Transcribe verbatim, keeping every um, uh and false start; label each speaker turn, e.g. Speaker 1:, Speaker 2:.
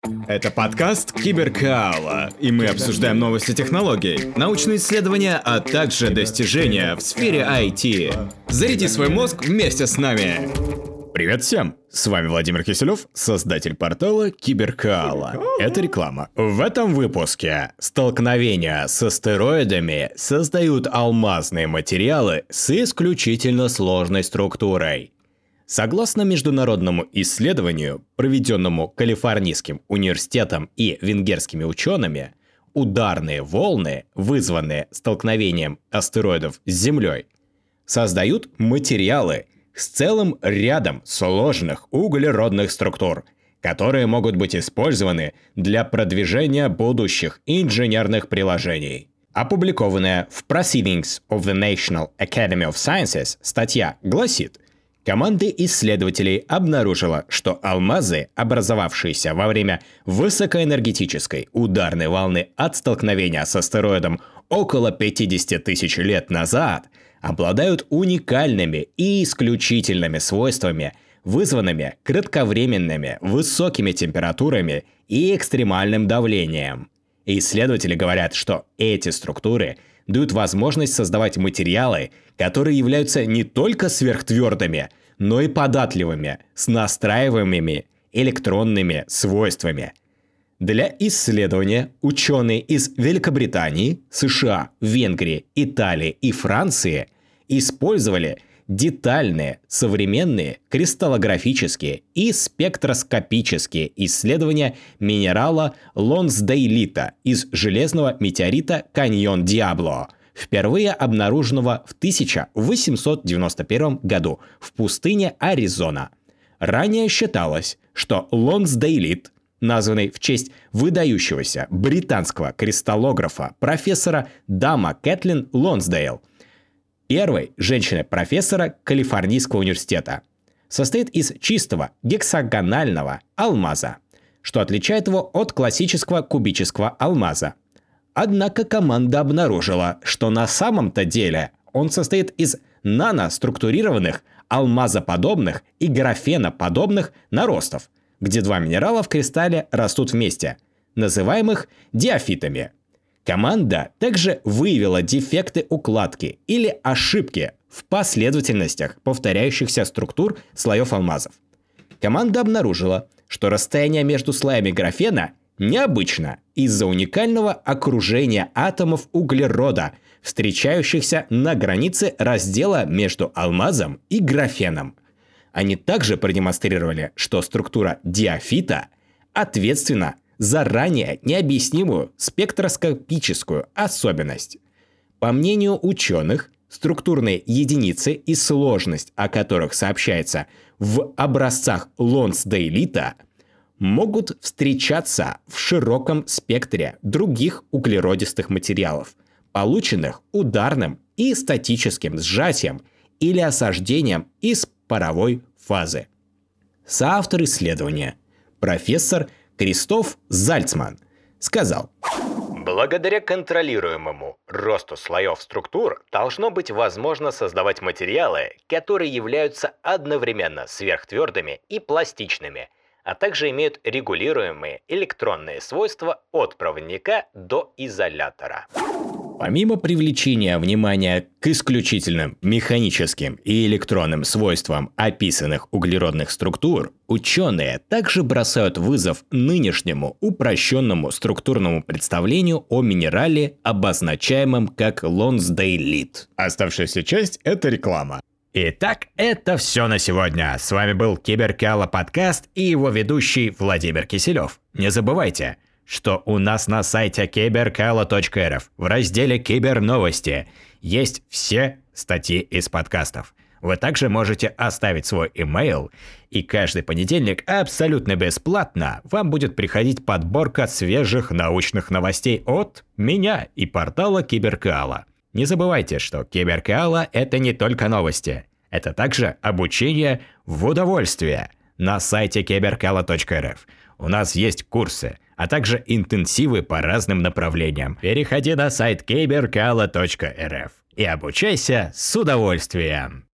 Speaker 1: Это подкаст Киберкаала, и мы обсуждаем новости технологий, научные исследования, а также достижения в сфере ай ти. Заряди свой мозг вместе с нами! Привет всем! С вами Владимир Киселев, создатель портала Киберкаала. Это реклама. В этом выпуске столкновения с астероидами создают алмазные материалы с исключительно сложной структурой. Согласно международному исследованию, проведенному Калифорнийским университетом и венгерскими учеными, ударные волны, вызванные столкновением астероидов с Землей, создают материалы с целым рядом сложных углеродных структур, которые могут быть использованы для продвижения будущих инженерных приложений. Опубликованная в Proceedings of the National Academy of Sciences статья гласит: команда исследователей обнаружила, что алмазы, образовавшиеся во время высокоэнергетической ударной волны от столкновения с астероидом около пятьдесят тысяч лет назад, обладают уникальными и исключительными свойствами, вызванными кратковременными высокими температурами и экстремальным давлением. Исследователи говорят, что эти структуры дают возможность создавать материалы, которые являются не только сверхтвердыми, но и податливыми, с настраиваемыми электронными свойствами. Для исследования ученые из Великобритании, США, Венгрии, Италии и Франции использовали детальные, современные кристаллографические и спектроскопические исследования минерала лонсдейлита из железного метеорита Каньон-Диабло, впервые обнаруженного в тысяча восемьсот девяносто первом году в пустыне Аризона. Ранее считалось, что лонсдейлит, названный в честь выдающегося британского кристаллографа профессора Дама Кэтлин Лонсдейл, первой женщины-профессора Калифорнийского университета, состоит из чистого гексагонального алмаза, что отличает его от классического кубического алмаза. Однако команда обнаружила, что на самом-то деле он состоит из наноструктурированных алмазоподобных и графеноподобных наростов, где два минерала в кристалле растут вместе, называемых диофитами. Команда также выявила дефекты укладки или ошибки в последовательностях повторяющихся структур слоев алмазов. Команда обнаружила, что расстояние между слоями графена необычно из-за уникального окружения атомов углерода, встречающихся на границе раздела между алмазом и графеном. Они также продемонстрировали, что структура диофита ответственна за ранее необъяснимую спектроскопическую особенность. По мнению ученых, структурные единицы и сложность, о которых сообщается в образцах лонсдейлита, могут встречаться в широком спектре других углеродистых материалов, полученных ударным и статическим сжатием или осаждением из паровой фазы. Соавтор исследования, профессор Кристоф Зальцман, сказал: благодаря контролируемому росту слоев структур должно быть возможно создавать материалы, которые являются одновременно сверхтвердыми и пластичными, а также имеют регулируемые электронные свойства от проводника до изолятора. Помимо привлечения внимания к исключительным механическим и электронным свойствам описанных углеродных структур, ученые также бросают вызов нынешнему упрощенному структурному представлению о минерале, обозначаемом как лонсдейлит. Оставшаяся часть – это реклама. Итак, это все на сегодня. С вами был Киберкаала подкаст и его ведущий Владимир Киселев. Не забывайте, что у нас на сайте киберкаала точка эр эф в разделе «Киберновости» есть все статьи из подкастов. Вы также можете оставить свой имейл, и каждый понедельник абсолютно бесплатно вам будет приходить подборка свежих научных новостей от меня и портала Киберкаала. Не забывайте, что Киберкаала – это не только новости, это также обучение в удовольствие на сайте киберкаала точка эр эф. У нас есть курсы, а также интенсивы по разным направлениям. Переходи на сайт киберкаала точка эр эф и обучайся с удовольствием.